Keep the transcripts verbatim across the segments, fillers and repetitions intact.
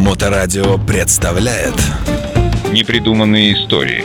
Моторадио представляет Непридуманные истории.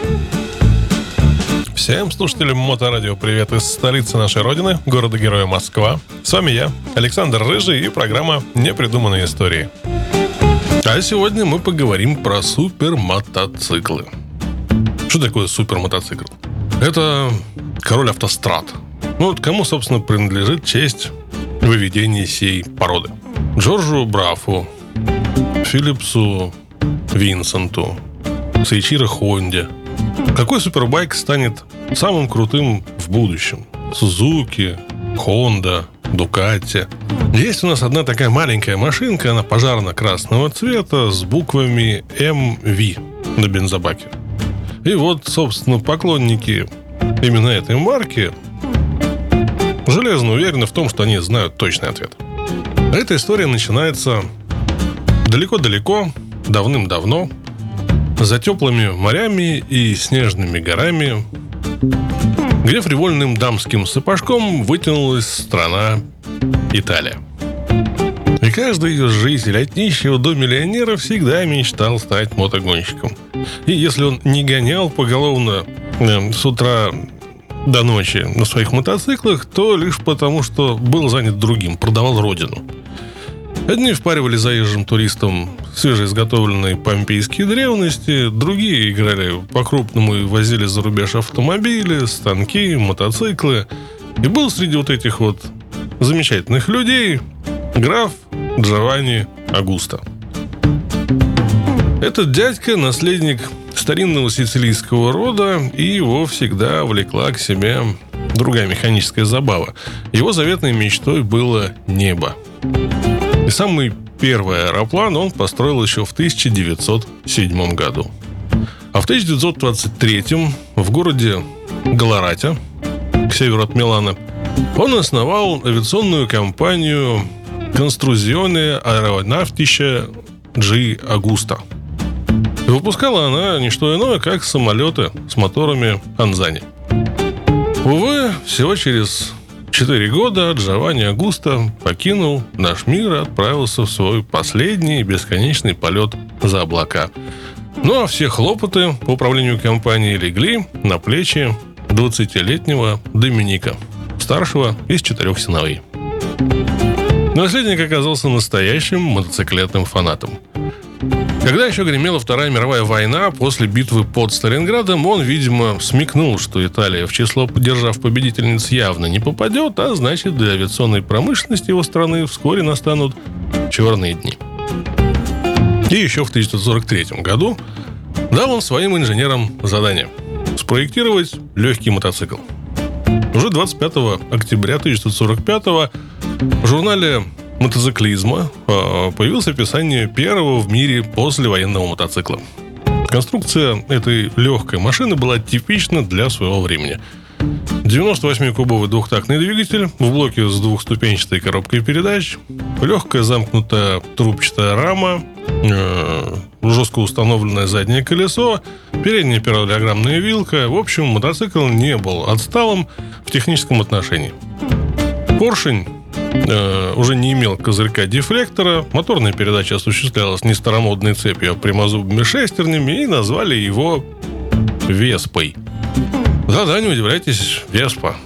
Всем слушателям Моторадио привет из столицы нашей родины, города-героя Москва. С вами я, Александр Рыжий, и программа «Непридуманные истории». А сегодня мы поговорим про супермотоциклы. Что такое супермотоцикл? Это король автострад. Ну вот кому, собственно, принадлежит честь выведения сей породы? Джорджу Браффу, Филлипсу Винсенту, Сейчиро Хонде. Какой супербайк станет самым крутым в будущем? Сузуки, Хонда, Дукати. Есть у нас одна такая маленькая машинка, она пожарно-красного цвета с буквами эм ви на бензобаке. И вот, собственно, поклонники именно этой марки железно уверены в том, что они знают точный ответ. Эта история начинается далеко-далеко, давным-давно, за теплыми морями и снежными горами, где фривольным дамским сапожком вытянулась страна Италия. И каждый ее житель, от нищего до миллионера, всегда мечтал стать мотогонщиком. И если он не гонял поголовно э, с утра до ночи на своих мотоциклах, то лишь потому, что был занят другим, продавал родину. Одни впаривали заезжим туристам свежеизготовленные помпейские древности, другие играли по-крупному и возили за рубеж автомобили, станки, мотоциклы. И был среди вот этих вот замечательных людей граф Джованни Агуста. Этот дядька — наследник старинного сицилийского рода, и его всегда влекла к себе другая механическая забава. Его заветной мечтой было небо. И самый первый аэроплан он построил еще в тысяча девятьсот седьмом году. А в тысяча девятьсот двадцать третьем в городе Галарате, к северу от Милана, он основал авиационную компанию Costruzione Aeronautica G. Agusta. И выпускала она не что иное, как самолеты с моторами Анзани. Увы, всего через четыре года Джованни Агуста покинул наш мир и отправился в свой последний бесконечный полет за облака. Ну а все хлопоты по управлению компанией легли на плечи двадцатилетнего Доминика, старшего из четырех сыновей. Наследник оказался настоящим мотоциклетным фанатом. Когда еще гремела Вторая мировая война, после битвы под Сталинградом, он, видимо, смекнул, что Италия в число поддержав победительниц явно не попадет, а значит, для авиационной промышленности его страны вскоре настанут черные дни. И еще в тысяча девятьсот сорок третьем году дал он своим инженерам задание спроектировать легкий мотоцикл. Уже двадцать пятого октября тысяча девятьсот сорок пятого в журнале мотоциклизма появилось описание первого в мире послевоенного мотоцикла. Конструкция этой легкой машины была типична для своего времени. девяносто восьмикубовый двухтактный двигатель в блоке с двухступенчатой коробкой передач, легкая замкнутая трубчатая рама, жестко установленное заднее колесо, передняя параллелограммная вилка. В общем, мотоцикл не был отсталым в техническом отношении. Поршень э, уже не имел козырька-дефлектора, моторная передача осуществлялась не старомодной цепью, а прямозубыми шестернями, и назвали его Веспой. Да-да, не удивляйтесь, Веспа.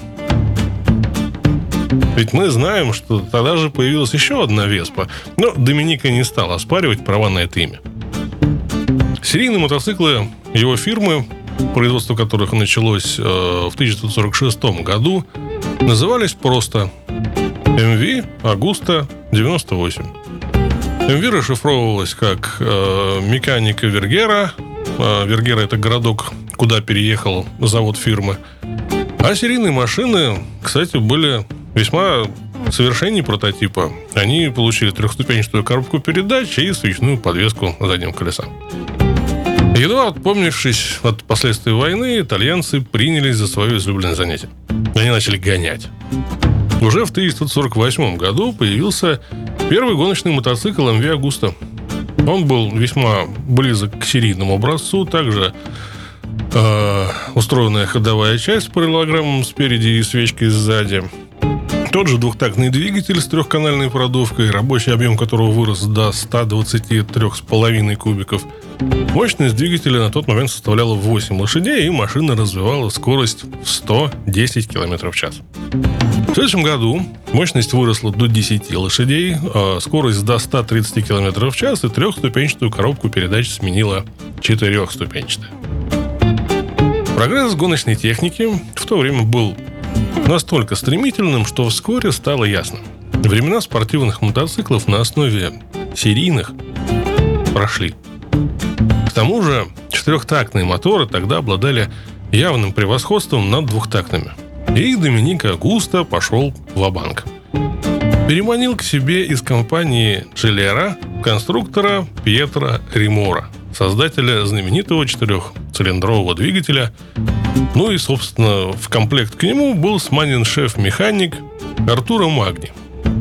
Ведь мы знаем, что тогда же появилась еще одна Веспа, но Доминика не стал оспаривать права на это имя. Серийные мотоциклы его фирмы, производство которых началось э, в тысяча девятьсот сорок шестом году, назывались просто эм ви Агуста девяносто восемь. эм ви расшифровывалась как э, механика Вергера. Э, Вергера — это городок, куда переехал завод фирмы. А серийные машины, кстати, были весьма совершенней прототипа. Они получили трехступенчатую коробку передач и свечную подвеску заднего колеса. Едва отпомнившись от последствий войны, итальянцы принялись за свое излюбленное занятие. Они начали гонять. Уже в тысяча девятьсот сорок восьмом году появился первый гоночный мотоцикл эм ви Агуста. Он был весьма близок к серийному образцу. Также э, устроенная ходовая часть с параллелограммом спереди и свечкой сзади. Тот же двухтактный двигатель с трехканальной продувкой, рабочий объем которого вырос до ста двадцати трёх с половиной кубиков. Мощность двигателя на тот момент составляла восемь лошадей, и машина развивала скорость в сто десять километров в час. В следующем году мощность выросла до десяти лошадей, а скорость до ста тридцати километров в час, и трехступенчатую коробку передач сменила четырехступенчатая. Прогресс гоночной техники в то время был настолько стремительным, что вскоре стало ясно: времена спортивных мотоциклов на основе серийных прошли. К тому же четырехтактные моторы тогда обладали явным превосходством над двухтактными. И Доминика Агуста пошел ва-банк. Переманил к себе из компании Джелера конструктора Пьетро Римора, создателя знаменитого четырехцилиндрового двигателя. Ну и, собственно, в комплект к нему был сманен шеф-механик Артуро Магни.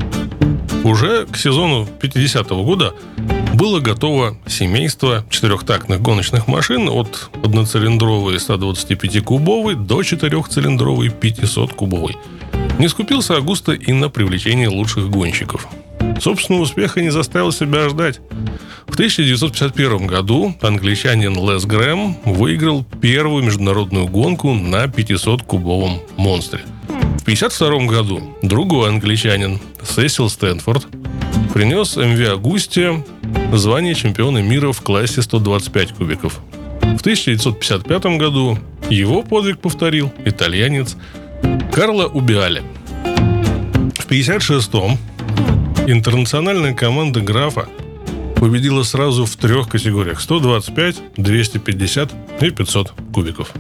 Уже к сезону пятидесятого года было готово семейство четырехтактных гоночных машин от одноцилиндровой ста двадцати пяти кубовой до четырехцилиндровой пятисот кубовой. Не скупился Агуста и на привлечение лучших гонщиков. Собственного успеха не заставил себя ждать. В тысяча девятьсот пятьдесят первом году англичанин Лес Грэм выиграл первую международную гонку на пятисот-кубовом монстре. В пятьдесят втором году другой англичанин Сесил Стэнфорд принес эм ви Агусте звание чемпиона мира в классе сто двадцать пять кубиков. В тысяча девятьсот пятьдесят пятом году его подвиг повторил итальянец Карло Убиале. В пятьдесят шестом интернациональная команда Графа победила сразу в трех категориях: сто двадцать пять, двести пятьдесят и пятьсот кубиков.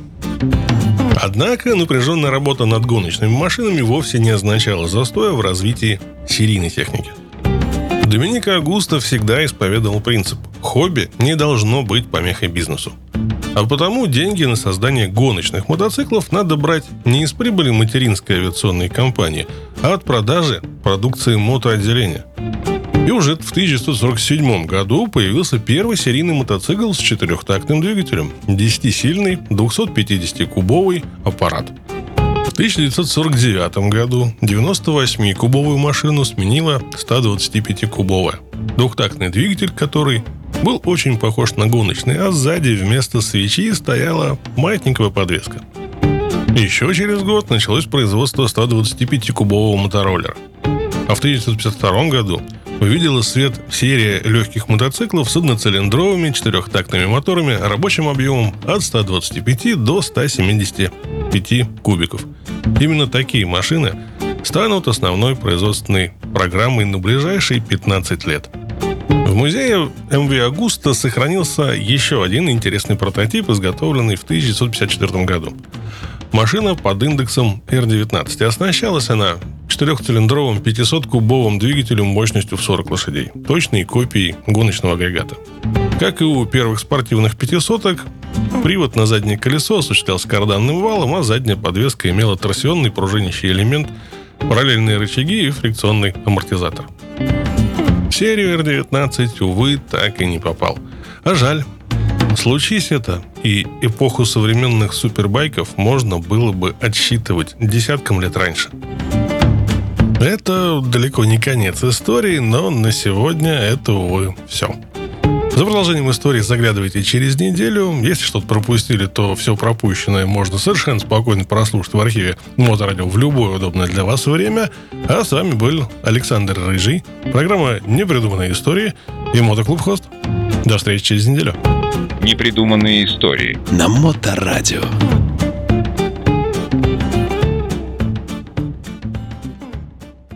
Однако напряженная работа над гоночными машинами вовсе не означала застоя в развитии серийной техники. Доминика Агуста всегда исповедовал принцип: хобби не должно быть помехой бизнесу. А потому деньги на создание гоночных мотоциклов надо брать не из прибыли материнской авиационной компании, а от продажи продукции мотоотделения. И уже в тысяча девятьсот сорок седьмом году появился первый серийный мотоцикл с четырехтактным двигателем – десятисильный двухсот-пятидесятикубовый аппарат. В тысяча девятьсот сорок девятом году девяносто восьмикубовую машину сменила ста двадцатипятикубовая. Двухтактный двигатель, который был очень похож на гоночный, а сзади вместо свечи стояла маятниковая подвеска. Еще через год началось производство ста двадцатипятикубового мотороллера. А в тысяча девятьсот пятьдесят втором году увидела свет серия легких мотоциклов с одноцилиндровыми четырехтактными моторами рабочим объемом от ста двадцати пяти до ста семидесяти пяти кубиков. Именно такие машины станут основной производственной программой на ближайшие пятнадцать лет. В музее эм ви Агуста сохранился еще один интересный прототип, изготовленный в тысяча девятьсот пятьдесят четвёртом году. Машина под индексом эр девятнадцать. Оснащалась она четырехцилиндровым пятисот-кубовым двигателем мощностью в сорок лошадей, точной копией гоночного агрегата. Как и у первых спортивных пятисоток, привод на заднее колесо осуществлялся карданным валом, а задняя подвеска имела торсионный пружинящий элемент, параллельные рычаги и фрикционный амортизатор. В серию эр девятнадцать, увы, так и не попал. А жаль. Случись это, и эпоху современных супербайков можно было бы отсчитывать десяткам лет раньше. Это далеко не конец истории, но на сегодня это, увы, все. За продолжением истории заглядывайте через неделю. Если что-то пропустили, то все пропущенное можно совершенно спокойно прослушать в архиве Моторадио в любое удобное для вас время. А с вами был Александр Рыжий, программа «Непридуманные истории» и Мотоклуб Хост. До встречи через неделю. Непридуманные истории на Моторадио.